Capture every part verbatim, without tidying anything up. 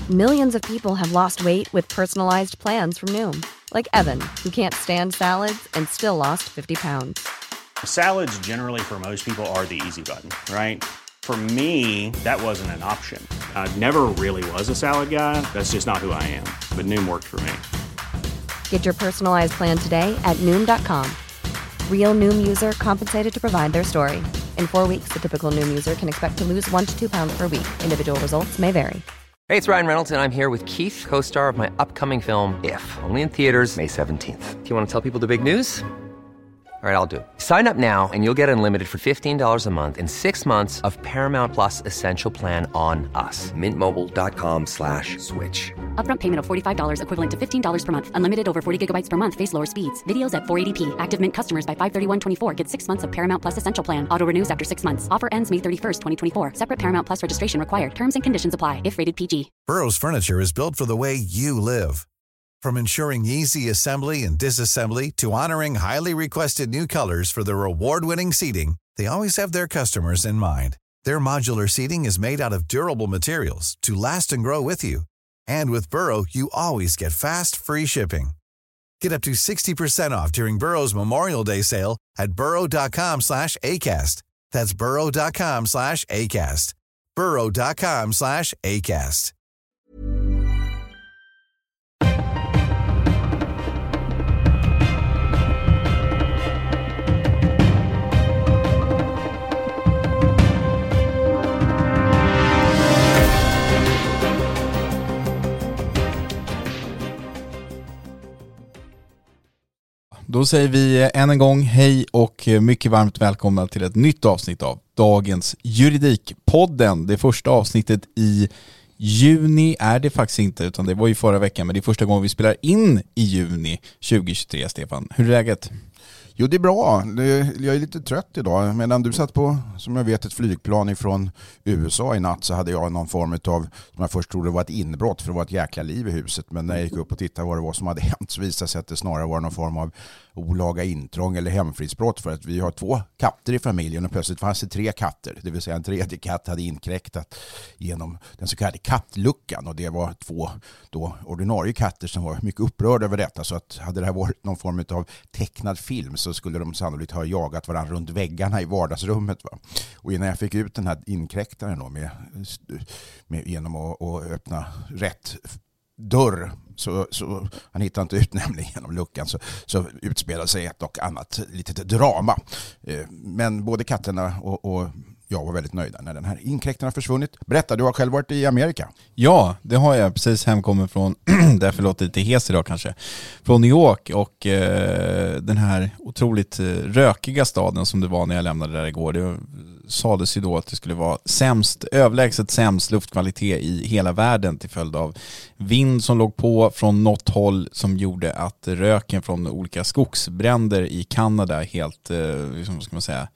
Millions of people have lost weight with personalized plans from Noom. Like Evan, who can't stand salads and still lost fifty pounds. Salads generally for most people are the easy button, right? For me, that wasn't an option. I never really was a salad guy. That's just not who I am. But Noom worked for me. Get your personalized plan today at Noom dot com. Real Noom user compensated to provide their story. In four weeks, the typical Noom user can expect to lose one to two pounds per week. Individual results may vary. Hey, it's Ryan Reynolds, and I'm here with Keith, co-star of my upcoming film, If, only in theaters May seventeenth. Do you want to tell people the big news? All right, I'll do it. Sign up now and you'll get unlimited for fifteen dollars a month and six months of Paramount Plus Essential Plan on us. Mint Mobile dot com slash switch. Upfront payment of forty-five dollars equivalent to fifteen dollars per month. Unlimited over forty gigabytes per month. Face lower speeds. Videos at four eighty p. Active Mint customers by five thirty-one twenty-four get six months of Paramount Plus Essential Plan. Auto renews after six months. Offer ends May thirty-first, twenty twenty-four. Separate Paramount Plus registration required. Terms and conditions apply if rated P G. Burrow's furniture is built for the way you live. From ensuring easy assembly and disassembly to honoring highly requested new colors for their award-winning seating, they always have their customers in mind. Their modular seating is made out of durable materials to last and grow with you. And with Burrow, you always get fast, free shipping. Get up to sixty percent off during Burrow's Memorial Day sale at burrow dot com slash ACAST. That's burrow dot com slash ACAST. burrow dot com slash ACAST. Då säger vi än en gång hej och mycket varmt välkomna till ett nytt avsnitt av dagens Juridikpodden. Det första avsnittet i juni är det faktiskt inte, utan det var ju förra veckan, men det är första gången vi spelar in i juni tjugohundratjugotre. Stefan, hur är läget? Jo, det är bra. Jag är lite trött idag. Medan du satt på, som jag vet, ett flygplan ifrån U S A i natt, så hade jag någon form av, som jag först trodde var ett inbrott, för det var ett jäkla liv i huset. Men när jag gick upp och tittade vad det var som hade hänt, så visade sig att det snarare var någon form av olaga intrång eller hemfridsbrott, för att vi har två katter i familjen och plötsligt fanns det tre katter. Det vill säga en tredje katt hade inkräktat genom den så kallade kattluckan, och det var två då ordinarie katter som var mycket upprörda över detta. Så att hade det här varit någon form av tecknad film så skulle de sannolikt ha jagat varandra runt väggarna i vardagsrummet. Va? Och innan jag fick ut den här inkräktaren då med, med, genom att, att öppna rätt dörr, så, så han hittade inte ut nämligen genom luckan, så, så utspelade sig ett och annat litet drama. Men både katterna och, och jag var väldigt nöjda när den här inkräktaren har försvunnit. Berätta, du har själv varit i Amerika. Ja, det har jag. Precis hemkommen från, därför låter lite hes idag kanske, från New York, och eh, den här otroligt rökiga staden som det var när jag lämnade där igår. Det sades ju då att det skulle vara sämst, överlägset sämst luftkvalitet i hela världen till följd av vind som låg på från något håll som gjorde att röken från olika skogsbränder i Kanada helt, eh, liksom, ska man säga,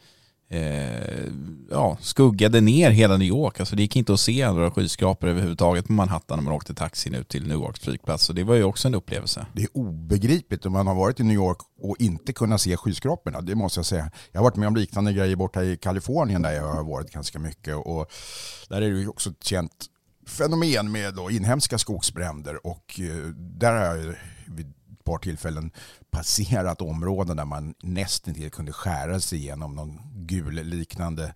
Eh, ja, skuggade ner hela New York. Alltså det gick inte att se några skyskrapor överhuvudtaget på Manhattan när man åkte taxin ut till New Yorks flygplats. Så det var ju också en upplevelse. Det är obegripligt om man har varit i New York och inte kunnat se skyskraporna. Det måste jag säga. Jag har varit med om liknande grejer borta i Kalifornien där jag har varit ganska mycket. Och där är det ju också ett känt fenomen med då inhemska skogsbränder. Och där har jag vid ett par tillfällen passerat områden där man nästan inte kunde skära sig igenom någon gul liknande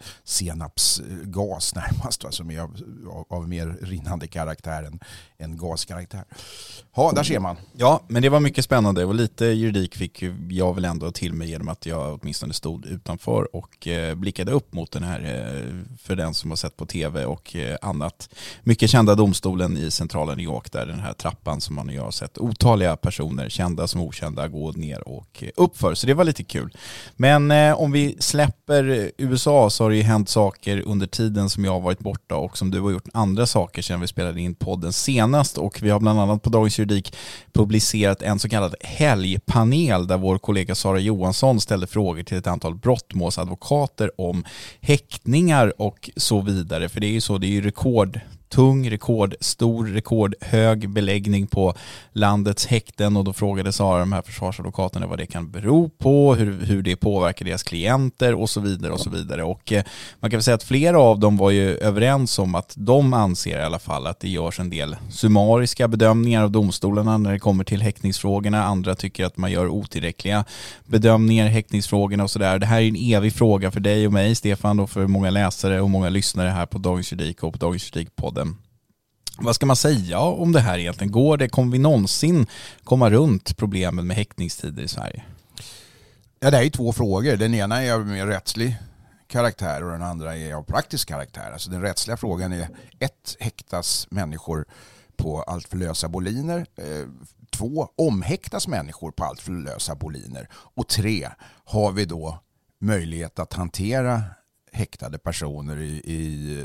senapsgas närmast, alltså med av, av mer rinnande karaktär än, än gaskaraktär. Ja, där ser man. Ja, men det var mycket spännande och lite juridik fick jag väl ändå till mig genom att jag åtminstone stod utanför och eh, blickade upp mot den här, eh, för den som har sett på tv och eh, annat, mycket kända domstolen i centrala New York, där den här trappan som man ju har sett otaliga personer, kända som okända, gå ner och uppför. Så det var lite kul. Men eh, om vi släpper U S A så har det ju hänt saker under tiden som jag har varit borta och som du har gjort andra saker sedan vi spelade in podden senast, och vi har bland annat på Dagens Juridik publicerat en så kallad helgpanel där vår kollega Sara Johansson ställde frågor till ett antal brottmålsadvokater om häktningar och så vidare. För det är ju så, det är ju rekord tung, rekordstor, rekordhög beläggning på landets häkten, och då frågade Sara de här försvarsadvokaterna vad det kan bero på, hur, hur det påverkar deras klienter och så vidare och så vidare. Och eh, man kan väl säga att flera av dem var ju överens om att de anser i alla fall att det görs en del summariska bedömningar av domstolarna när det kommer till häktningsfrågorna. Andra tycker att man gör otillräckliga bedömningar, häktningsfrågorna och sådär. Det här är en evig fråga för dig och mig, Stefan, och för många läsare och många lyssnare här på Dagens Juridik och på Dagens Juridik-podden. Vad ska man säga om det här egentligen? Går det, kommer vi någonsin komma runt problemen med häktningstider i Sverige? Ja, det är ju två frågor. Den ena är av mer rättslig karaktär och den andra är av praktisk karaktär. Alltså den rättsliga frågan är: ett, häktas människor på allt för lösa boliner? Eh, två, omhäktas människor på allt för lösa boliner? Och tre, har vi då möjlighet att hantera häktade personer i, i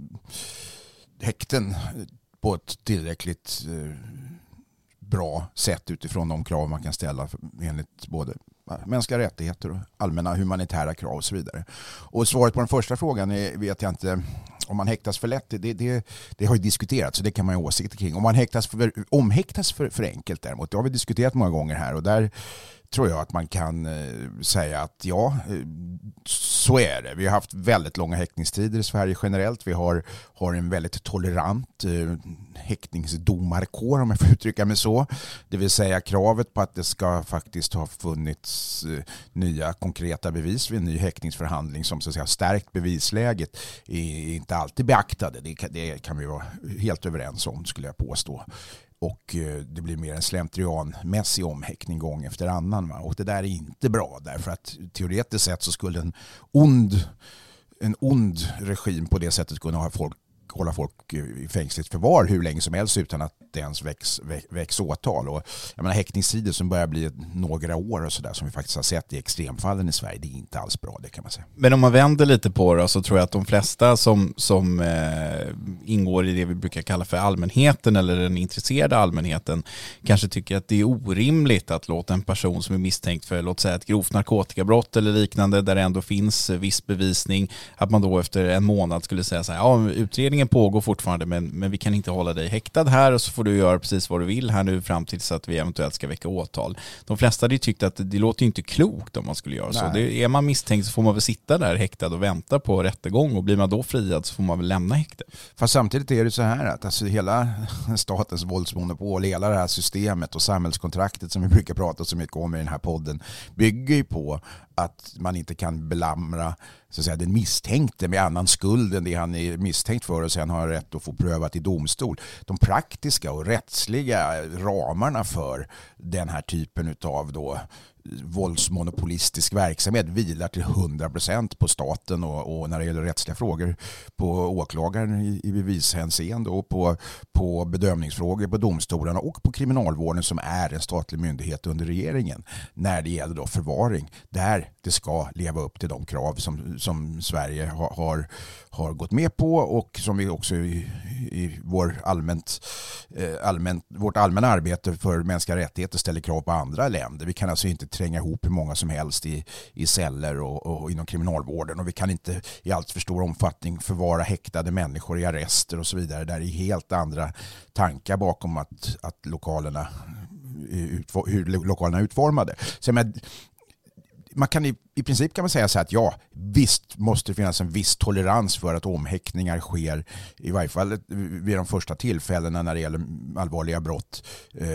häkten på ett tillräckligt eh, bra sätt utifrån de krav man kan ställa för, enligt både mänskliga rättigheter och allmänna humanitära krav och så vidare. Och svaret på den första frågan är, vet jag inte, om man häktas för lätt, det, det, det har ju diskuterats, så det kan man ju ha åsikter kring. Om man häktas för, omhäktas för, för enkelt däremot, det har vi diskuterat många gånger här, och där tror jag att man kan eh, säga att ja, eh, så är det. Vi har haft väldigt långa häktningstider i Sverige generellt. Vi har, har en väldigt tolerant eh, häktningsdomarkår, om jag får uttrycka mig så. Det vill säga kravet på att det ska faktiskt ha funnits eh, nya konkreta bevis vid en ny häktningsförhandling som så att säga stärkt bevisläget är inte alltid beaktade. Det, det kan vi vara helt överens om, skulle jag påstå. Och det blir mer en slentrianmässig omhäktning gång efter annan. Va? Och det där är inte bra, därför att teoretiskt sett så skulle en ond, en ond regim på det sättet kunna ha folk, hålla folk i fängsligt förvar hur länge som helst utan att det ens väcks, väcks åtal. Och jag menar, häktningstider som börjar bli några år och sådär, som vi faktiskt har sett i extremfallen i Sverige, det är inte alls bra, det kan man säga. Men om man vänder lite på det så tror jag att de flesta som, som eh, ingår i det vi brukar kalla för allmänheten eller den intresserade allmänheten kanske tycker att det är orimligt att låta en person som är misstänkt för, låt säga, ett grovt narkotikabrott eller liknande, där det ändå finns viss bevisning, att man då efter en månad skulle säga så här: ja, utredningen pågår fortfarande, men, men vi kan inte hålla dig häktad här, och så får du göra precis vad du vill här nu fram tills att vi eventuellt ska väcka åtal. De flesta hade tyckt att det låter inte klokt om man skulle göra. Nej. Så. Det, är man misstänkt så får man väl sitta där häktad och vänta på rättegång, och blir man då friad så får man väl lämna häktet. Fast samtidigt är det så här att alltså hela statens våldsmonopol, hela det här systemet och samhällskontraktet som vi brukar prata så mycket om i den här podden bygger ju på att man inte kan belamra så att säga den misstänkte med annan skuld än det han är misstänkt för och sen har rätt att få prövat i domstol. De praktiska och rättsliga ramarna för den här typen av då våldsmonopolistisk verksamhet vilar till hundra procent på staten och, och när det gäller rättsliga frågor på åklagaren i, i bevishänseende och på, på bedömningsfrågor på domstolarna och på kriminalvården som är en statlig myndighet under regeringen när det gäller då förvaring, där det ska leva upp till de krav som, som Sverige har, har, har gått med på och som vi också i, i vår allmänt, eh, allmänt, vårt allmänna arbete för mänskliga rättigheter ställer krav på andra länder. Vi kan alltså inte tränga ihop hur många som helst i, i celler och, och inom kriminalvården, och vi kan inte i allt för stor omfattning förvara häktade människor i arrester och så vidare. Där är helt andra tankar bakom att, att lokalerna, hur lokalerna är utformade. Så men, man kan i, i princip kan man säga så här att ja, visst måste det finnas en viss tolerans för att omhäktningar sker, i varje fall vid de första tillfällena när det gäller allvarliga brott eh,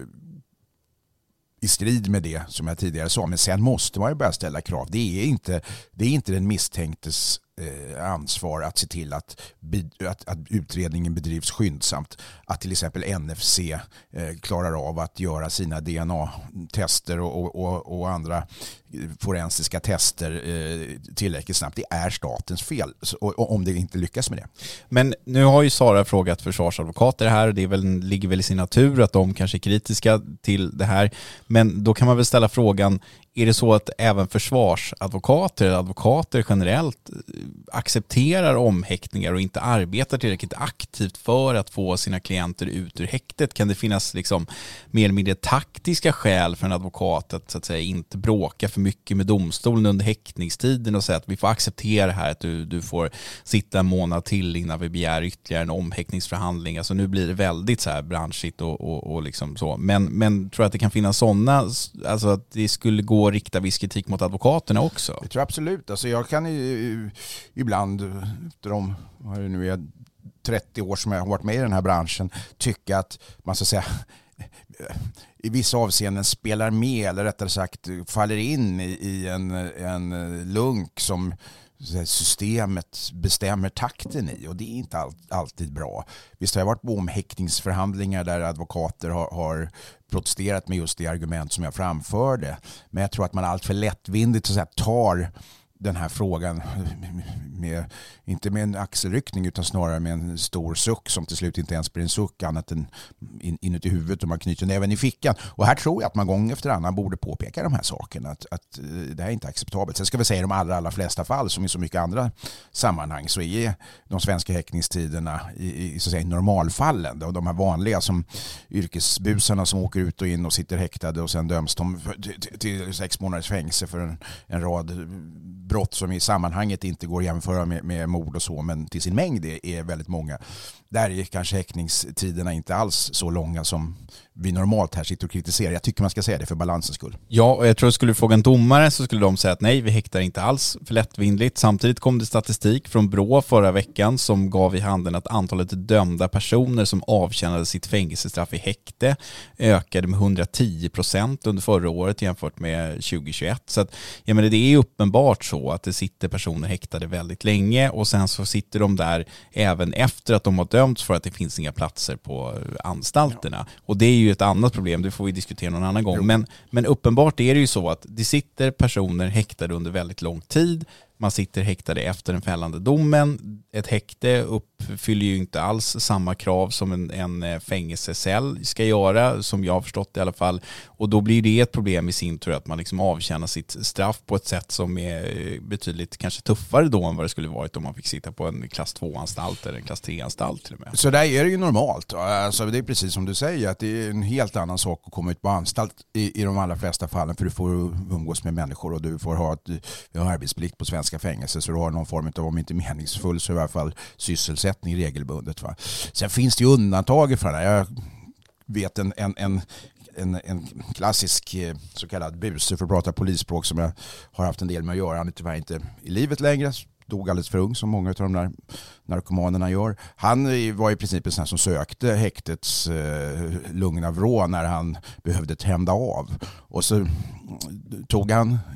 i strid med det som jag tidigare sa. Men sen måste man ju börja ställa krav. Det är inte, det är inte den misstänktes eh, ansvar att se till att, att, att utredningen bedrivs skyndsamt. Att till exempel N F C eh, klarar av att göra sina D N A-tester och, och, och andra forensiska tester eh, tillräckligt snabbt. Det är statens fel och, och om det inte lyckas med det. Men nu har ju Sara frågat försvarsadvokater här. Det är väl, ligger väl i sin natur att de kanske är kritiska till det här. Men då kan man väl ställa frågan, är det så att även försvarsadvokater eller advokater generellt accepterar omhäktningar och inte arbetar tillräckligt aktivt för att få sina klienter ut ur häktet? Kan det finnas liksom mer eller mindre taktiska skäl för en advokat att, så att säga, inte bråka för mycket med domstolen under häktningstiden och säga att vi får acceptera här att du, du får sitta en månad till innan vi begär ytterligare en omhäktningsförhandling? Alltså nu blir det väldigt så här branschigt och, och, och liksom så. Men, men tror jag att det kan finnas sådana, alltså att det skulle gå att rikta viss kritik mot advokaterna också? Jag tror absolut. Alltså jag kan ju ibland, efter de, vad det nu är, trettio år som jag har varit med i den här branschen, tycka att man ska säga i vissa avseenden spelar med, eller rättare sagt faller in i, i en, en lunk som systemet bestämmer takten i, och det är inte all, alltid bra. Visst har jag varit på omhäktningsförhandlingar där advokater har, har protesterat med just det argument som jag framförde, men jag tror att man allt för lättvindigt så att säga, tar den här frågan med, inte med en axelryckning utan snarare med en stor suck som till slut inte ens blir en suck annat än in, inuti huvudet och man knyter näven i fickan. Och här tror jag att man gång efter annan borde påpeka de här sakerna, att, att det här är inte acceptabelt. Sen ska vi säga i de allra, allra flesta fall, som i så mycket andra sammanhang, så är de svenska häktningstiderna i, i så att säga, normalfallen, och de här vanliga som yrkesbusarna som åker ut och in och sitter häktade och sen döms de till, till sex månaders fängelse för en, en rad brott som i sammanhanget inte går att jämföra med, med mord och så, men till sin mängd är, är väldigt många. Där är kanske häktningstiderna inte alls så långa som vi normalt här sitter och kritiserar. Jag tycker man ska säga det för balansens skull. Ja, och jag tror att skulle du fråga en domare så skulle de säga att nej, vi häktar inte alls för lättvindligt. Samtidigt kom det statistik från Brå förra veckan som gav i handen att antalet dömda personer som avtjänade sitt fängelsestraff i häkte ökade med hundratio procent under förra året jämfört med tjugohundratjugoett. Så att, jag menar, det är uppenbart så att det sitter personer häktade väldigt länge och sen så sitter de där även efter att de har dömts för att det finns inga platser på anstalterna. Ja. Och det är ju ett annat problem, det får vi diskutera någon annan gång. Men, men uppenbart är det ju så att det sitter personer häktade under väldigt lång tid. Man sitter häktade efter den fällande domen. Ett häkte uppfyller ju inte alls samma krav som en, en fängelsecell ska göra, som jag har förstått i alla fall. Och då blir det ett problem i sin tur att man liksom avtjänar sitt straff på ett sätt som är betydligt kanske tuffare då än vad det skulle varit om man fick sitta på en klass två-anstalt eller en klass tre-anstalt till och med. Så där är det ju normalt. Alltså det är precis som du säger, att det är en helt annan sak att komma ut på anstalt i, i de allra flesta fallen, för du får umgås med människor och du får ha ett, en arbetsplikt på svenska fängelse, så du har någon form av, om inte meningsfull så i alla fall sysselsättning regelbundet. Va? Sen finns det ju undantag från det. Jag vet en, en, en, en, en klassisk så kallad buse, för att prata polisspråk, som jag har haft en del med att göra. Han är tyvärr inte i livet längre, dog alldeles för ung som många av de där narkomanerna gör. Han var i princip en sån som sökte häktets eh, lugna vrå när han behövde tända av. Och så tog han eh,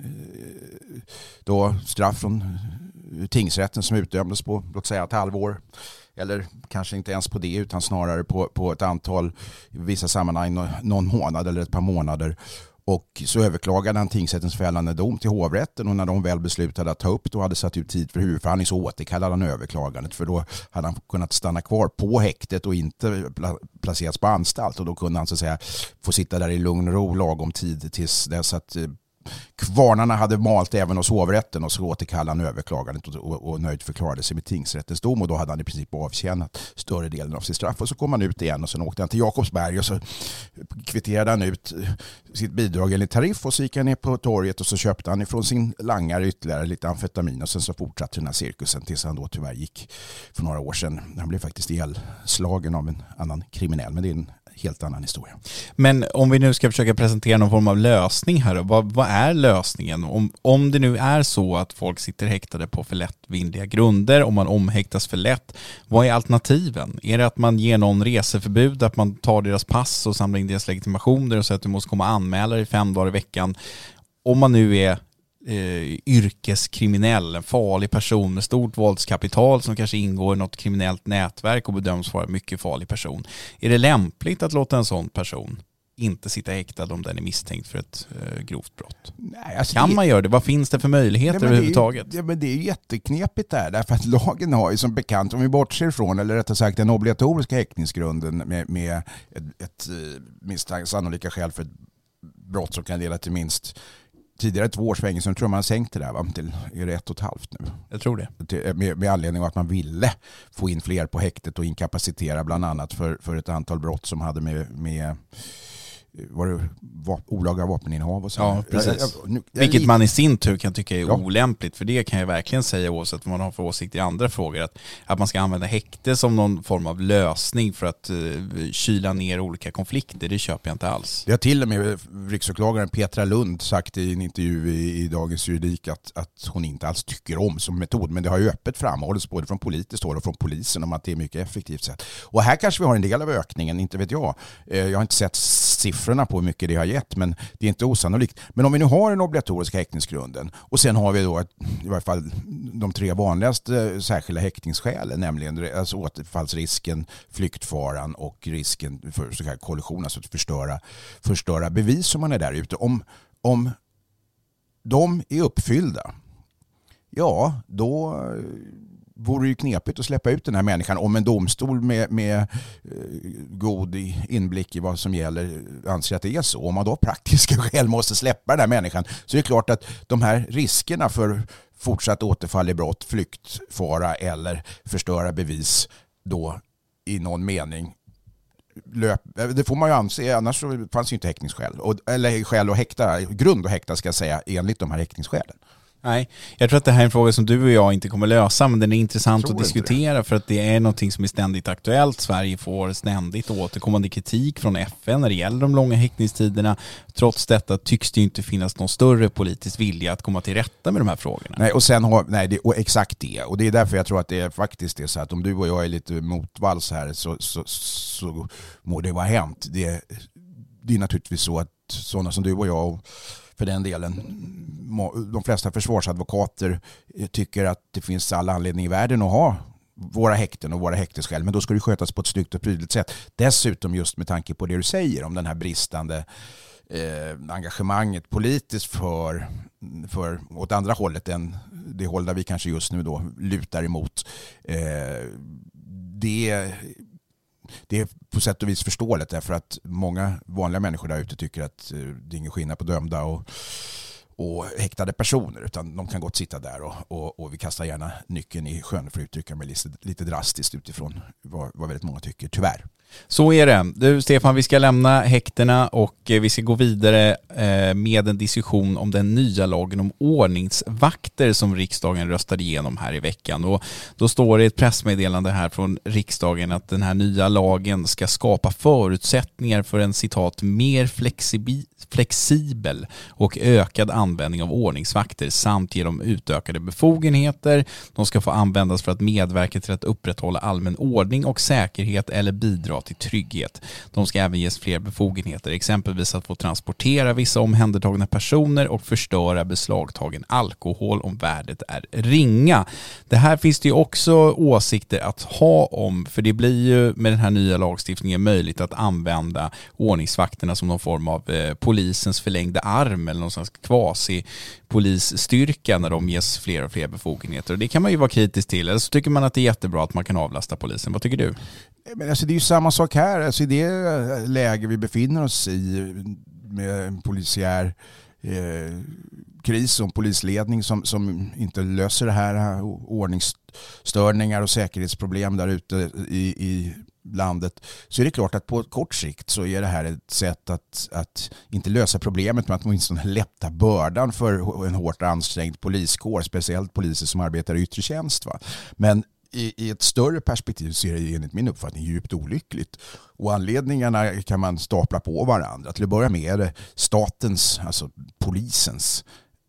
då straff från tingsrätten som utdömdes på, låt säga, ett halvår. Eller kanske inte ens på det, utan snarare på, på ett antal, i vissa sammanhang någon månad eller ett par månader. Och så överklagade han tingsrättens fällande dom till hovrätten, och när de väl beslutade att ta upp, då hade satt ut tid för huvudförhandling, så återkallade han överklagandet, för då hade han kunnat stanna kvar på häktet och inte placeras på anstalt, och då kunde han så att säga få sitta där i lugn och ro lagom tid tills dess att kvarnarna hade malt även hos hovrätten, och så återkallade han överklagandet och, och, och nöjd förklarade sig med tingsrättens dom, och då hade han i princip avtjänat större delen av sitt straff, och så kom han ut igen och sen åkte han till Jakobsberg och så kvitterade han ut sitt bidrag enligt tariff, och så gick han ner på torget och så köpte han ifrån sin langare ytterligare lite amfetamin, och sen så fortsatte den här cirkusen tills han då tyvärr gick för några år sedan. Han blev faktiskt ihjälslagen av en annan kriminell, men det är en helt annan historia. Men om vi nu ska försöka presentera någon form av lösning här då, vad, vad är lösningen? Om, om det nu är så att folk sitter häktade på för lättvindiga grunder, om man omhäktas för lätt, vad är alternativen? Är det att man ger någon reseförbud, att man tar deras pass och samlar in deras legitimationer och säger att du måste komma och anmäla dig fem dagar i veckan? Om man nu är Eh, yrkeskriminell, en farlig person med stort våldskapital som kanske ingår i något kriminellt nätverk och bedöms vara en mycket farlig person. Är det lämpligt att låta en sån person inte sitta häktad om den är misstänkt för ett eh, grovt brott? Nej, alltså kan det... man göra det? Vad finns det för möjligheter ja, överhuvudtaget? Det är, ja, men det är jätteknepigt där, därför att lagen har ju som bekant, om vi bortser ifrån, eller rättare sagt den obligatoriska häktningsgrunden med, med ett, ett misstänkt sannolika skäl för ett brott som kan leda till minst tidigare två års fängelse, så tror jag man har sänkt det där, va? Till är det ett och ett halvt nu. Jag tror det. Till, med, med anledning av att man ville få in fler på häktet och inkapacitera bland annat för, för ett antal brott som hade med, med var det va, olaga vapeninnehav och så. Ja, precis. Jag, jag, nu, jag, Vilket man i sin tur kan tycka är ja. olämpligt, för det kan jag verkligen säga oavsett vad man har för åsikt i andra frågor, att, att man ska använda häkte som någon form av lösning för att uh, kyla ner olika konflikter, det köper jag inte alls. Det har till och med riksåklagaren Petra Lund sagt i en intervju i, i Dagens Juridik att, att hon inte alls tycker om som metod, men det har ju öppet framhållits både från politiskt håll och från polisen om att det är mycket effektivt sätt. Och här kanske vi har en del av ökningen, inte vet jag. Jag har inte sett siffror på hur mycket det har gett, men det är inte osannolikt. Men om vi nu har den obligatoriska häktningsgrunden och sen har vi då ett, i varje fall de tre vanligaste särskilda häktningsskälen, nämligen alltså återfallsrisken, flyktfaran och risken för så kallad kollision, alltså att förstöra, förstöra bevis som man är där ute. Om, om de är uppfyllda, ja, då vore det ju knepigt att släppa ut den här människan om en domstol med, med eh, god inblick i vad som gäller anser att det är så. Om man då praktiska skäl måste släppa den här människan, så är det klart att de här riskerna för fortsatt återfall i brott, flyktfara eller förstöra bevis då i någon mening löp, det får man ju anse, annars så fanns ju inte häktningsskäl. Och, eller skäl att häkta, grund att häkta ska jag säga, enligt de här häktningsskälen. Nej, jag tror att det här är en fråga som du och jag inte kommer lösa, men den är intressant att diskutera det. För att det är någonting som är ständigt aktuellt. Sverige får ständigt återkommande kritik från F N när det gäller de långa häktningstiderna. Trots detta tycks det ju inte finnas någon större politisk vilja att komma till rätta med de här frågorna. Nej, och sen har, nej, det, och exakt det. Och det är därför jag tror att det är faktiskt är så att om du och jag är lite motvalls här så, så, så må det vara hänt. Det, det är naturligtvis så att sådana som du och jag och för den delen, de flesta försvarsadvokater tycker att det finns all anledning i världen att ha våra häkten och våra häktesskäl, men då ska det skötas på ett snyggt och prydligt sätt. Dessutom just med tanke på det du säger om den här bristande eh, engagemanget politiskt för, för åt andra hållet än det håll där vi kanske just nu då lutar emot. Eh, det Det är på sätt och vis förståeligt därför att många vanliga människor där ute tycker att det är ingen skillnad på dömda och, och häktade personer, utan de kan gott sitta där och, och, och vi kastar gärna nyckeln i sjön, för att uttrycka mig lite, lite drastiskt utifrån vad, vad väldigt många tycker, tyvärr. Så är det. Du Stefan, vi ska lämna häktena och vi ska gå vidare med en diskussion om den nya lagen om ordningsvakter som riksdagen röstade igenom här i veckan. Och då står det i ett pressmeddelande här från riksdagen att den här nya lagen ska skapa förutsättningar för en citat mer flexibel flexibel och ökad användning av ordningsvakter samt ge dem utökade befogenheter. De ska få användas för att medverka till att upprätthålla allmän ordning och säkerhet eller bidra till trygghet. De ska även ges fler befogenheter, exempelvis att få transportera vissa omhändertagna personer och förstöra beslagtagen alkohol om värdet är ringa. Det här finns det ju också åsikter att ha om, för det blir ju med den här nya lagstiftningen möjligt att använda ordningsvakterna som någon form av eh, polisens förlängda arm eller någonstans quasi-polisstyrka när de ges fler och fler befogenheter. Och det kan man ju vara kritisk till. Eller så tycker man att det är jättebra att man kan avlasta polisen. Vad tycker du? Men alltså, det är ju samma sak här. Alltså, i det läge vi befinner oss i med en polisiär eh, kris och polisledning som, som inte löser det här, ordningsstörningar och säkerhetsproblem där ute i, i landet, så är det klart att på kort sikt så är det här ett sätt att, att inte lösa problemet, men att åtminstone lätta bördan för en hårt ansträngd poliskår, speciellt poliser som arbetar i yttre tjänst. Va? Men i, i ett större perspektiv så är det enligt min uppfattning djupt olyckligt. Och anledningarna kan man stapla på varandra. Till att börja med är det statens, alltså polisens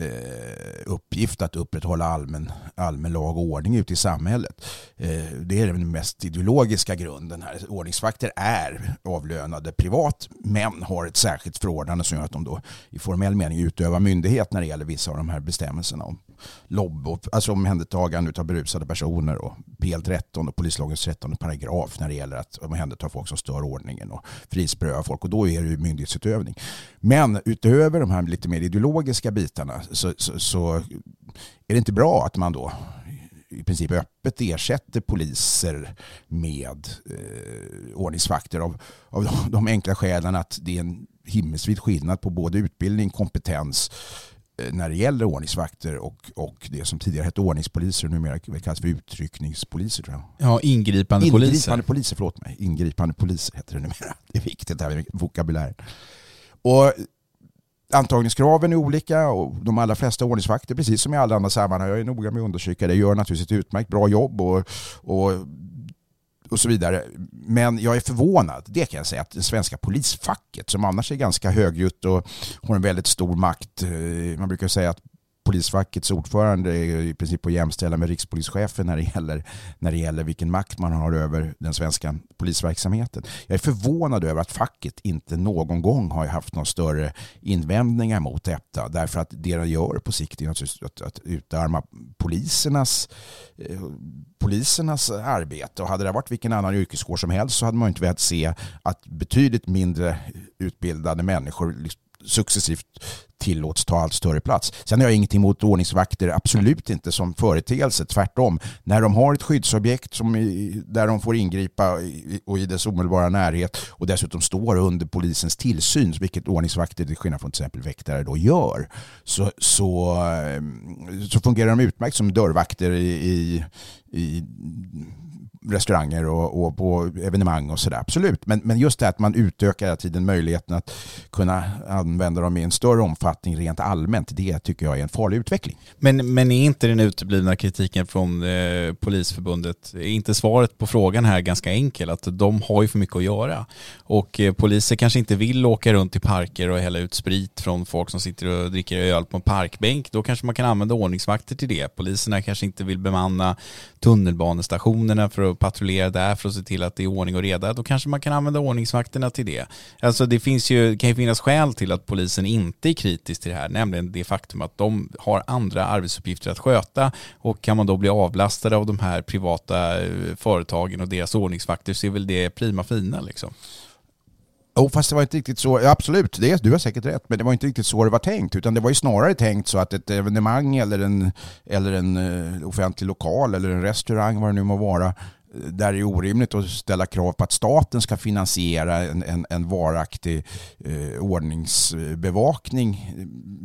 uppgift att upprätthålla allmän, allmän lag och ordning ute i samhället. Det är den mest ideologiska grunden här. Ordningsvakter är avlönade privat, men har ett särskilt förordnande som gör att de då i formell mening utövar myndighet när det gäller vissa av de här bestämmelserna om lobb, alltså omhändertagande av berusade personer och P L tretton och polislagens trettonde paragraf när det gäller att omhänderta folk som stör ordningen och frihetsberöva folk, och då är det ju myndighetsutövning. Men utöver de här lite mer ideologiska bitarna så, så, så är det inte bra att man då i princip öppet ersätter poliser med eh, ordningsvakter av, av de, de enkla skälen att det är en himmelsvid skillnad på både utbildning, kompetens när det gäller ordningsvakter och, och det som tidigare hette ordningspoliser och numera kallas för utryckningspoliser, tror jag. Ja, ingripande, ingripande poliser. Ingripande poliser, förlåt mig. Ingripande poliser heter det numera. Det är viktigt det här med vokabulär. Och antagningskraven är olika och de allra flesta ordningsvakter, precis som i alla andra sammanhang, jag är noga med att undersöka det, gör naturligtvis ett utmärkt bra jobb och, och, och så vidare. Men jag är förvånad, det kan jag säga, att det svenska polisfacket, som annars är ganska högljutt och har en väldigt stor makt, man brukar säga att polisfackets ordförande är i princip att jämställa med rikspolischefen när det gäller, när det gäller vilken makt man har över den svenska polisverksamheten. Jag är förvånad över att facket inte någon gång har haft någon större invändningar mot detta, därför att det de gör på sikt är naturligtvis att, att utarma polisernas, eh, polisernas arbete. Och hade det varit vilken annan yrkeskår som helst så hade man inte velat se att betydligt mindre utbildade människor successivt tillåts ta allt större plats. Sen har jag ingenting emot ordningsvakter, absolut inte som företeelse, tvärtom. När de har ett skyddsobjekt som i, där de får ingripa i, och i dess omedelbara närhet och dessutom står under polisens tillsyn, vilket ordningsvakter till skillnad från till exempel väktare då gör, så, så, så fungerar de utmärkt som dörrvakter i, i, i restauranger och, och på evenemang och sådär, absolut. Men, men just det att man utökar hela tiden möjligheten att kunna använda dem i en större omfattning rent allmänt, det tycker jag är en farlig utveckling. Men, men är inte den uteblivna kritiken från eh, Polisförbundet, är inte svaret på frågan här ganska enkel, att de har ju för mycket att göra och eh, poliser kanske inte vill åka runt i parker och hälla ut sprit från folk som sitter och dricker öl på en parkbänk, då kanske man kan använda ordningsvakter till det. Poliserna kanske inte vill bemanna tunnelbanestationerna för att patrullera där för att se till att det är ordning och reda, då kanske man kan använda ordningsvakterna till det. Alltså det finns ju, kan ju finnas skäl till att polisen inte är kritisk till det här, nämligen det faktum att de har andra arbetsuppgifter att sköta, och kan man då bli avlastade av de här privata företagen och deras ordningsvakter, så är väl det prima fina liksom. Oh, fast det var inte riktigt så, absolut, det, du har säkert rätt, men det var inte riktigt så det var tänkt, utan det var ju snarare tänkt så att ett evenemang eller en, eller en uh, offentlig lokal eller en restaurang, vad det nu må vara, där det är orimligt att ställa krav på att staten ska finansiera en, en, en varaktig eh, ordningsbevakning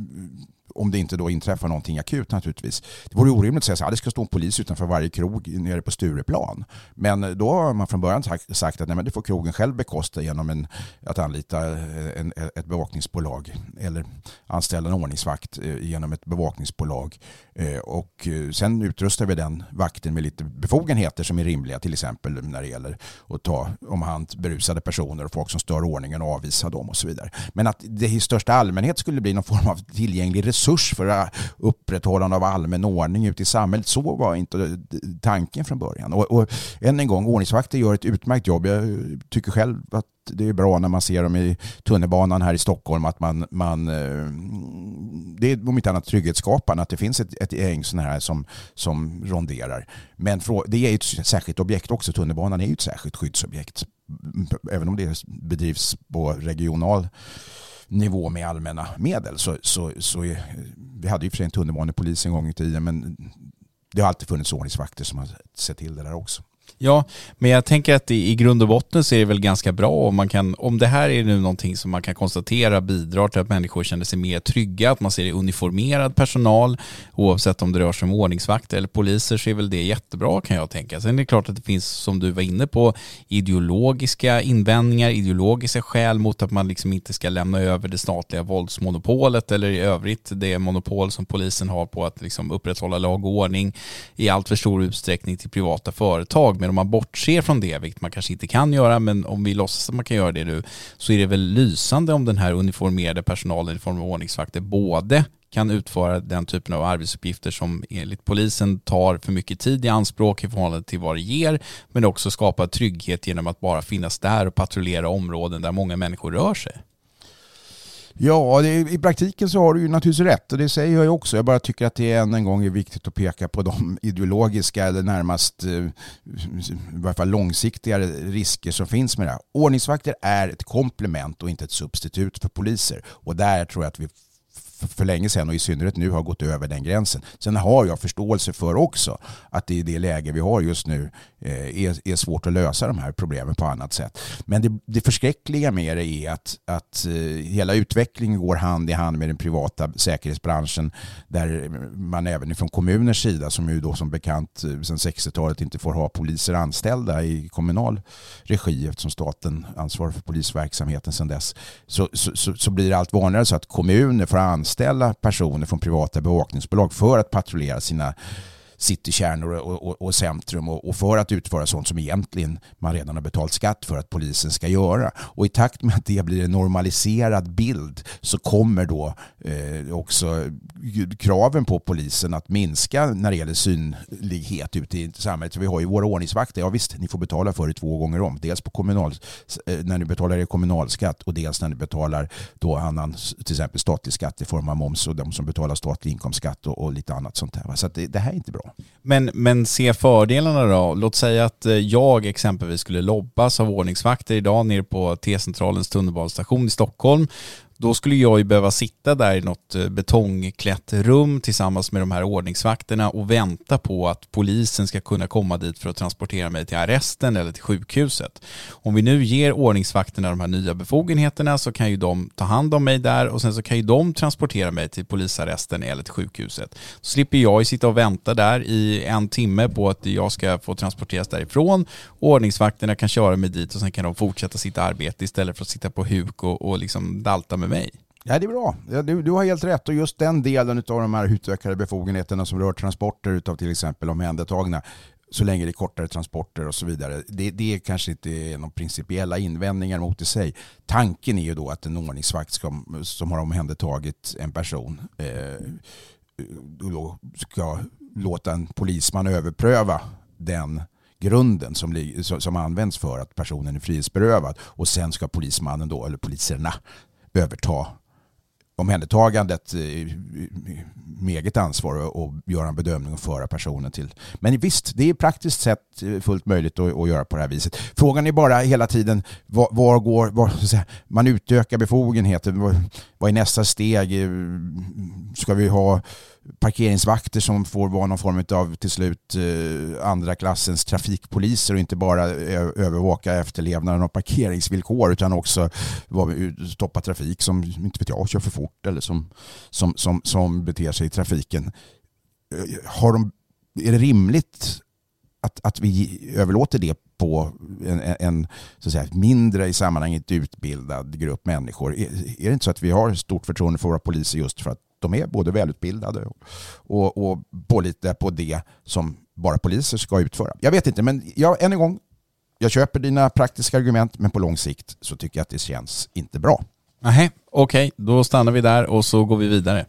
om det inte då inträffar någonting akut naturligtvis. Det vore orimligt att säga så att det ska stå en polis utanför varje krog nere på Stureplan. Men då har man från början sagt att nej, men det får krogen själv bekosta genom en, att anlita en, ett bevakningsbolag eller anställa en ordningsvakt genom ett bevakningsbolag. Och sen utrustar vi den vakten med lite befogenheter som är rimliga, till exempel när det gäller att ta om hand berusade personer och folk som stör ordningen och avvisa dem och så vidare. Men att det i största allmänhet skulle bli någon form av tillgänglig resurs för upprätthållande av allmän ordning ute i samhället, så var inte tanken från början. Och, och än en gång, ordningsvakter gör ett utmärkt jobb. Jag tycker själv att det är bra när man ser dem i tunnelbanan här i Stockholm, att man, man det är om inte annat trygghetsskapande att det finns ett, ett gäng sådana här som, som ronderar. Men det är ju ett särskilt objekt också. Tunnelbanan är ju ett särskilt skyddsobjekt. Även om det bedrivs på regional nivå med allmänna medel, så, så, så är, vi hade ju för sig en tunnelbanepolis en gång i tiden, men det har alltid funnits ordningsvakter som har sett till det där också. Ja, men jag tänker att i grund och botten så är det väl ganska bra om man kan, om det här är nu någonting som man kan konstatera bidrar till att människor känner sig mer trygga, att man ser uniformerad personal oavsett om det rör sig om ordningsvakter eller poliser, så är väl det jättebra, kan jag tänka. Sen är det klart att det finns, som du var inne på, ideologiska invändningar, ideologiska skäl mot att man liksom inte ska lämna över det statliga våldsmonopolet eller i övrigt det monopol som polisen har på att liksom upprätthålla lag och ordning i allt för stor utsträckning till privata företag. Men om man bortser från det, vilket man kanske inte kan göra, men om vi låtsas att man kan göra det nu, så är det väl lysande om den här uniformerade personalen i form av ordningsvakter både kan utföra den typen av arbetsuppgifter som enligt polisen tar för mycket tid i anspråk i förhållande till vad det ger, men också skapa trygghet genom att bara finnas där och patrullera områden där många människor rör sig. Ja, det, i praktiken så har du ju naturligtvis rätt, och det säger jag ju också. Jag bara tycker att det än en gång är viktigt att peka på de ideologiska eller närmast i varje fall långsiktigare risker som finns med det här. Ordningsvakter är ett komplement och inte ett substitut för poliser, och där tror jag att vi för, för länge sedan och i synnerhet nu har gått över den gränsen. Sen har jag förståelse för också att det i det läge vi har just nu eh, är, är svårt att lösa de här problemen på annat sätt. Men det, det förskräckliga med det är att, att eh, hela utvecklingen går hand i hand med den privata säkerhetsbranschen, där man även från kommuners sida, som ju då som bekant sedan sextiotalet inte får ha poliser anställda i kommunal regi eftersom staten ansvarar för polisverksamheten sedan dess, så, så, så, så blir det allt vanligare så att kommuner får anställa personer från privata bevakningsbolag för att patrullera sina citykärnor och, och, och centrum och, och för att utföra sånt som egentligen man redan har betalt skatt för att polisen ska göra. Och i takt med att det blir en normaliserad bild så kommer då eh, också kraven på polisen att minska när det gäller synlighet ute i samhället. Så vi har ju våra ordningsvakter, ja visst, ni får betala för det två gånger om. Dels på kommunal, eh, när ni betalar er kommunalskatt och dels när ni betalar då annan, till exempel statlig skatt i form av moms och de som betalar statlig inkomstskatt och, och lite annat sånt där. Så att det, det här är inte bra. Men, men se fördelarna då. Låt säga att jag exempelvis skulle lobbas av ordningsvakter idag nere på T-centralens tunnelbanestation i Stockholm. Då skulle jag ju behöva sitta där i något betongklätt rum tillsammans med de här ordningsvakterna och vänta på att polisen ska kunna komma dit för att transportera mig till arresten eller till sjukhuset. Om vi nu ger ordningsvakterna de här nya befogenheterna så kan ju de ta hand om mig där och sen så kan ju de transportera mig till polisarresten eller till sjukhuset. Så slipper jag ju sitta och vänta där i en timme på att jag ska få transporteras därifrån. Ordningsvakterna kan köra mig dit och sen kan de fortsätta sitt arbete istället för att sitta på huk och, och liksom dalta med mig. Ja, det är bra. Ja, du, du har helt rätt. Och just den delen av de här utökade befogenheterna som rör transporter utav till exempel omhändertagna, så länge det är kortare transporter och så vidare, det, det är kanske inte är någon principiella invändningar mot i sig. Tanken är ju då att en ordningsvakt ska, som har omhändertagit en person eh, då ska låta en polisman överpröva den grunden som, som används för att personen är frihetsberövad, och sen ska polismannen då, eller poliserna, överta omhändertagandet med eget ansvar och göra en bedömning och föra personen till. Men visst, det är praktiskt sett fullt möjligt att, att göra på det här viset. Frågan är bara hela tiden var, var går, var, så att säga, man utökar befogenheter. Vad, vad är nästa steg? Ska vi ha parkeringsvakter som får vara någon form av till slut eh, andra klassens trafikpoliser och inte bara ö- övervaka efterlevnaden av parkeringsvillkor utan också var, stoppa trafik som inte vet jag, kör för fort eller som, som, som, som beter sig i trafiken. Har de, är det rimligt att, att vi överlåter det på en, en så att säga, mindre i sammanhanget utbildad grupp människor? Är, är det inte så att vi har stort förtroende för våra poliser just för att de är både välutbildade och, och, och pålitliga på det som bara poliser ska utföra? Jag vet inte, men jag, än en gång, jag köper dina praktiska argument, men på lång sikt så tycker jag att det känns inte bra. Nej, okej, okay, då stannar vi där och så går vi vidare.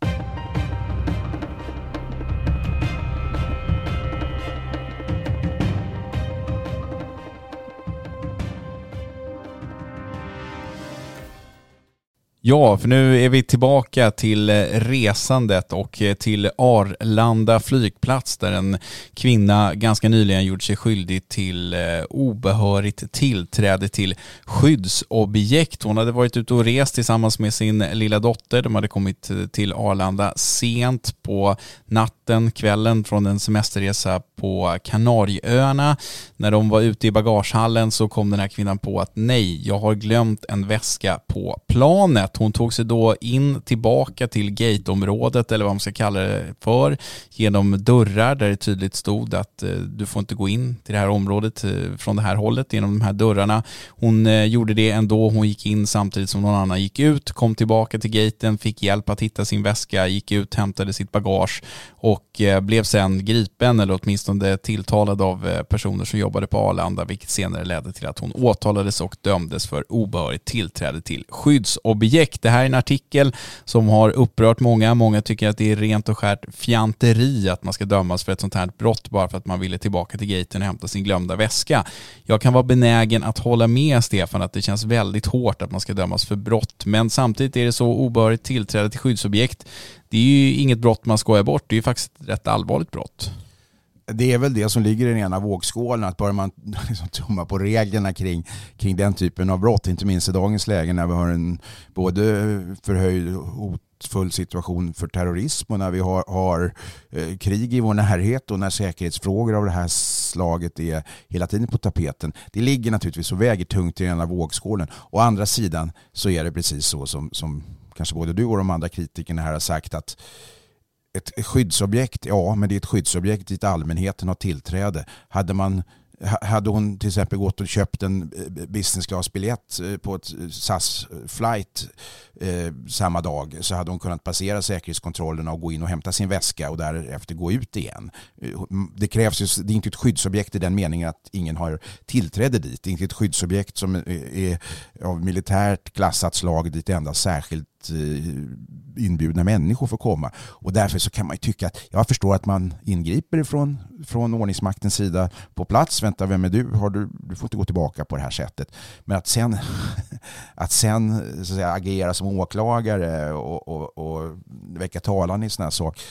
Ja, för nu är vi tillbaka till resandet och till Arlanda flygplats där en kvinna ganska nyligen gjort sig skyldig till obehörigt tillträde till skyddsobjekt. Hon hade varit ute och rest tillsammans med sin lilla dotter. De hade kommit till Arlanda sent på natten, kvällen från en semesterresa på Kanarieöarna. När de var ute i bagagehallen så kom den här kvinnan på att nej, jag har glömt en väska på planet. Hon tog sig då in tillbaka till gateområdet eller vad man ska kalla det för genom dörrar där det tydligt stod att eh, du får inte gå in till det här området eh, från det här hållet genom de här dörrarna. Hon eh, gjorde det ändå. Hon gick in samtidigt som någon annan gick ut, kom tillbaka till gaten, fick hjälp att hitta sin väska, gick ut, hämtade sitt bagage och eh, blev sen gripen eller åtminstone tilltalad av eh, personer som jobbade på Arlanda, vilket senare ledde till att hon åtalades och dömdes för obehörigt tillträde till skyddsobjekt. Det här är en artikel som har upprört många. Många tycker att det är rent och skärt fjanteri att man ska dömas för ett sånt här brott bara för att man ville tillbaka till gaten och hämta sin glömda väska. Jag kan vara benägen att hålla med Stefan att det känns väldigt hårt att man ska dömas för brott, men samtidigt är det så obehörigt tillträde till skyddsobjekt. Det är ju inget brott man skojar bort. Det är ju faktiskt ett rätt allvarligt brott. Det är väl det som ligger i den ena vågskålen, att bara man liksom tummar på reglerna kring, kring den typen av brott, inte minst i dagens läge när vi har en både förhöjd hot hotfull situation för terrorism och när vi har, har eh, krig i vår närhet och när säkerhetsfrågor av det här slaget är hela tiden på tapeten. Det ligger naturligtvis och väger tungt i den här vågskålen. Å andra sidan så är det precis så som, som kanske både du och de andra kritikerna här har sagt, att ett skyddsobjekt, ja, men det är ett skyddsobjekt dit allmänheten har tillträde. Hade man Hade hon till exempel gått och köpt en business class-biljett på ett S A S-flight eh, samma dag, så hade hon kunnat passera säkerhetskontrollerna och gå in och hämta sin väska och därefter gå ut igen. Det krävs ju, det är inte ett skyddsobjekt i den meningen att ingen har tillträde dit. Det är inte ett skyddsobjekt som är av militärt klassat slag dit endast särskilt inbjudna människor får komma. Och därför så kan man ju tycka att jag förstår att man ingriper ifrån från ordningsmaktens sida på plats. Vänta, vem är du? Har du? Du får inte gå tillbaka på det här sättet. Men att sen, att sen så att säga, agera som åklagare och, och, och väcka talan i såna här saker.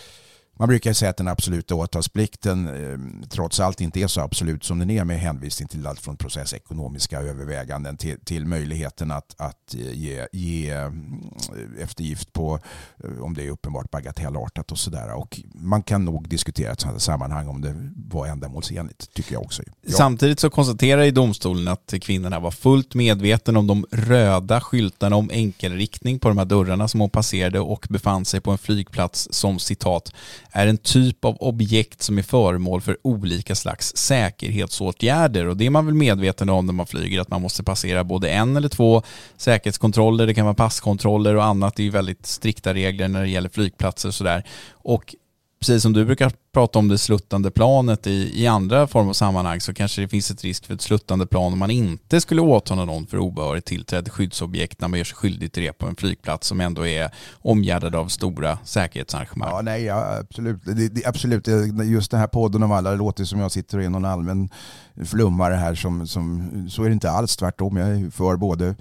Man brukar säga att den absoluta åtalsplikten eh, trots allt inte är så absolut som den är, med hänvisning till allt från processekonomiska överväganden till, till möjligheten att, att ge, ge eftergift på eh, om det är uppenbart bagatellartat och sådär. Och man kan nog diskutera ett sådant sammanhang om det var ändamålsenligt, tycker jag också. Ja. Samtidigt så konstaterar i domstolen att kvinnorna var fullt medveten om de röda skyltarna om enkelriktning på de här dörrarna som hon passerade och befann sig på en flygplats som, citat, är en typ av objekt som är föremål för olika slags säkerhetsåtgärder. Och det är man väl medveten om när man flyger, att man måste passera både en eller två säkerhetskontroller. Det kan vara passkontroller och annat. Det är ju väldigt strikta regler när det gäller flygplatser och sådär. Och precis som du brukar prata om det sluttande planet i, i andra former av sammanhang, så kanske det finns ett risk för ett sluttande plan om man inte skulle åtala någon för obehörigt tillträdd skyddsobjekt när man gör sig skyldig till det på en flygplats som ändå är omgärdad av stora säkerhetsarrangemang. Ja, nej, ja, absolut. Det, det, absolut. Just den här podden om alla, det låter som jag sitter och är någon allmän flummare här. Som, som, så är det inte alls, tvärtom. Jag är för både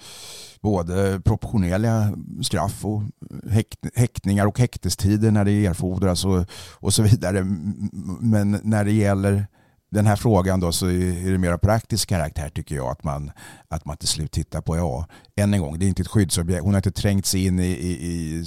både proportionella straff och häkt, häktningar och häktestider när det erfordras och, och så vidare. Men när det gäller den här frågan då, så är det mer praktisk karaktär, tycker jag, att man, att man till slut tittar på, ja, än en gång, det är inte ett skyddsobjekt. Hon har inte trängt sig in i, i, i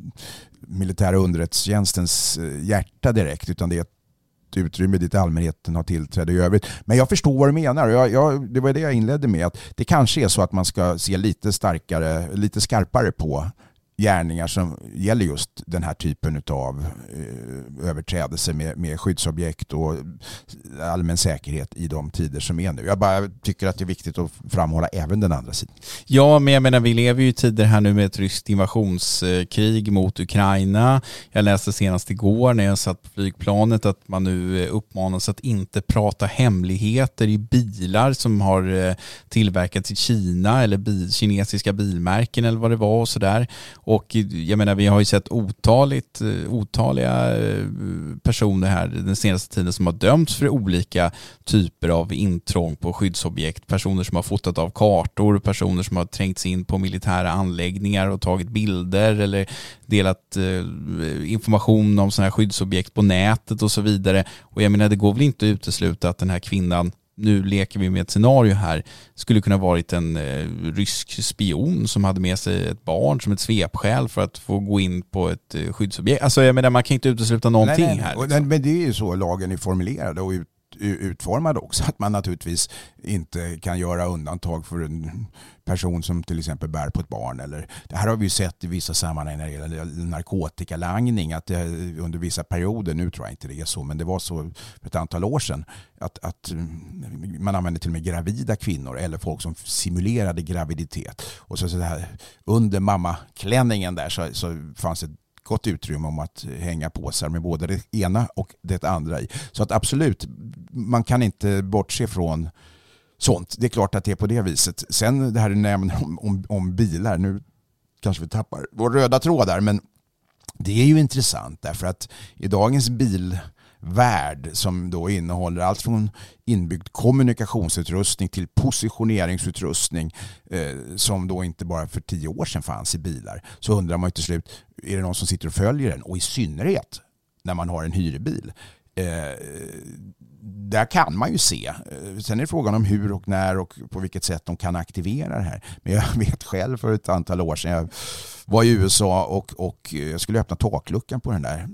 militära underrättelsetjänstens hjärta direkt, utan det är ett utrymme dit allmänheten har tillträde i övrigt. Men jag förstår vad du menar. Jag, jag, det var det jag inledde med, att det kanske är så att man ska se lite starkare, lite skarpare på gärningar som gäller just den här typen av eh, överträdelser med, med skyddsobjekt och allmän säkerhet i de tider som är nu. Jag bara tycker att det är viktigt att framhålla även den andra sidan. Ja, men jag menar, vi lever ju i tider här nu med ett ryskt invasionskrig mot Ukraina. Jag läste senast igår när jag satt på flygplanet att man nu uppmanas att inte prata hemligheter i bilar som har tillverkats i Kina eller bil, kinesiska bilmärken eller vad det var och sådär. Och jag menar, vi har ju sett otaligt, otaliga personer här den senaste tiden som har dömts för olika typer av intrång på skyddsobjekt. Personer som har fotat av kartor, personer som har trängt sig in på militära anläggningar och tagit bilder eller delat information om sådana här skyddsobjekt på nätet och så vidare. Och jag menar, det går väl inte att utesluta att den här kvinnan, nu leker vi med ett scenario här, skulle kunna varit en eh, rysk spion som hade med sig ett barn som ett svepskäl för att få gå in på ett eh, skyddsobjekt. Alltså jag menar, man kan inte utesluta någonting nej, nej, här. Liksom. Men det är ju så lagen är formulerad och ut, utformad också, att man naturligtvis inte kan göra undantag för en person som till exempel bär på ett barn. Eller, det här har vi ju sett i vissa sammanhang när det gäller narkotikalangning, att det, under vissa perioder, nu tror jag inte det är så, men det var så för ett antal år sedan, att, att man använde till och med gravida kvinnor eller folk som simulerade graviditet. Och så, så här, under mammaklänningen där så, så fanns ett gott utrymme om att hänga påsar med både det ena och det andra i. Så att absolut, man kan inte bortse från sånt. Det är klart att det är på det viset. Sen det här nämner om, om, om bilar, nu kanske vi tappar vår röda tråd där, men det är ju intressant därför att i dagens bilvärld, som då innehåller allt från inbyggd kommunikationsutrustning till positioneringsutrustning eh, som då inte bara för tio år sedan fanns i bilar, så undrar man ju till slut, är det någon som sitter och följer den? Och i synnerhet när man har en hyrbil. Eh, där kan man ju se. Sen är det frågan om hur och när och på vilket sätt de kan aktivera det här. Men jag vet själv för ett antal år sedan, jag var i U S A och, och jag skulle öppna takluckan på den där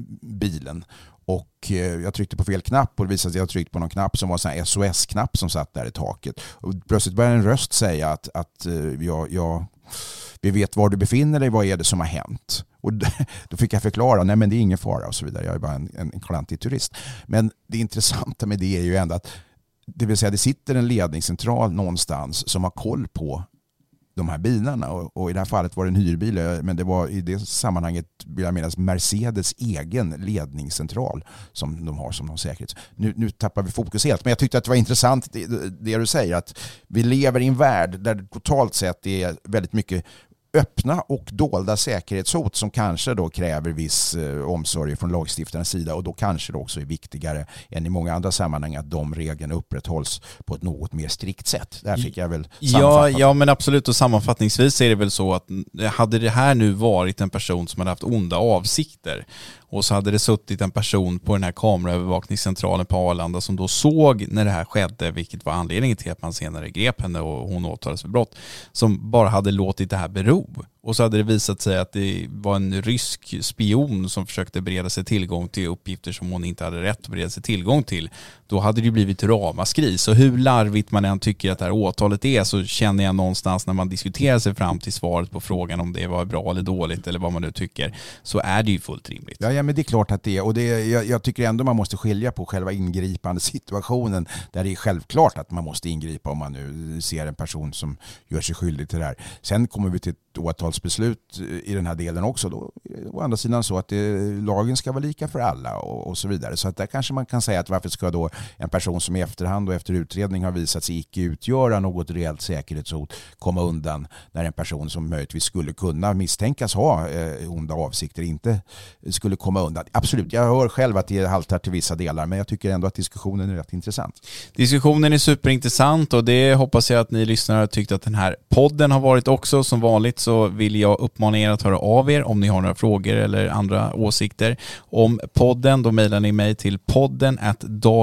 bilen. Och jag tryckte på fel knapp och det visade sig att jag tryckte på någon knapp som var en sån här S O S-knapp som satt där i taket. Och plötsligt började en röst säga att, att jag, jag, vi vet var du befinner dig, vad är det som har hänt? Och då fick jag förklara, nej men det är ingen fara och så vidare. Jag är bara en, en klantig turist. Men det intressanta med det är ju ändå att det vill säga det sitter en ledningscentral någonstans som har koll på de här bilarna och, och i det här fallet var det en hyrbil, men det var i det sammanhanget vill jag minnas Mercedes egen ledningscentral som de har som någon säkerhet. Nu, nu tappar vi fokus helt, men jag tyckte att det var intressant det, det du säger, att vi lever i en värld där det totalt sett är väldigt mycket öppna och dolda säkerhetshot som kanske då kräver viss eh, omsorg från lagstiftarens sida och då kanske det också är viktigare än i många andra sammanhang att de reglerna upprätthålls på ett något mer strikt sätt. Där fick jag väl ja, ja, men absolut, och sammanfattningsvis är det väl så att hade det här nu varit en person som hade haft onda avsikter och så hade det suttit en person på den här kameraövervakningscentralen på Arlanda som då såg när det här skedde, vilket var anledningen till att man senare grep henne och hon åtalades för brott, som bara hade låtit det här bero. Och så hade det visat sig att det var en rysk spion som försökte bereda sig tillgång till uppgifter som hon inte hade rätt att bereda sig tillgång till. Då hade det blivit ramaskri. Så hur larvigt man än tycker att det här åtalet är, så känner jag någonstans när man diskuterar sig fram till svaret på frågan om det var bra eller dåligt eller vad man nu tycker, så är det ju fullt rimligt. Ja, ja men det är klart att det är. Och det är, jag, jag tycker ändå man måste skilja på själva ingripande situationen där det är självklart att man måste ingripa om man nu ser en person som gör sig skyldig till det här. Sen kommer vi till ett åtalsbeslut i den här delen också. Då, å andra sidan så att det, lagen ska vara lika för alla och, och så vidare. Så att där kanske man kan säga att varför ska då en person som i efterhand och efter utredning har visat sig icke utgöra något reellt säkerhetshot komma undan när en person som möjligtvis skulle kunna misstänkas ha eh, onda avsikter inte skulle komma undan. Absolut, jag hör själv att det haltar till vissa delar, men jag tycker ändå att diskussionen är rätt intressant. Diskussionen är superintressant och det hoppas jag att ni lyssnare har tyckt att den här podden har varit också. Som vanligt så vill jag uppmana er att höra av er om ni har några frågor eller andra åsikter om podden. Då mejlar ni mig till podden at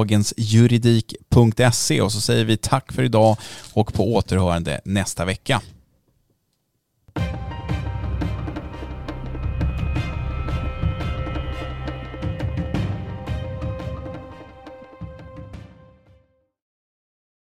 dagensjuridik punkt se och så säger vi tack för idag och på återhörande nästa vecka.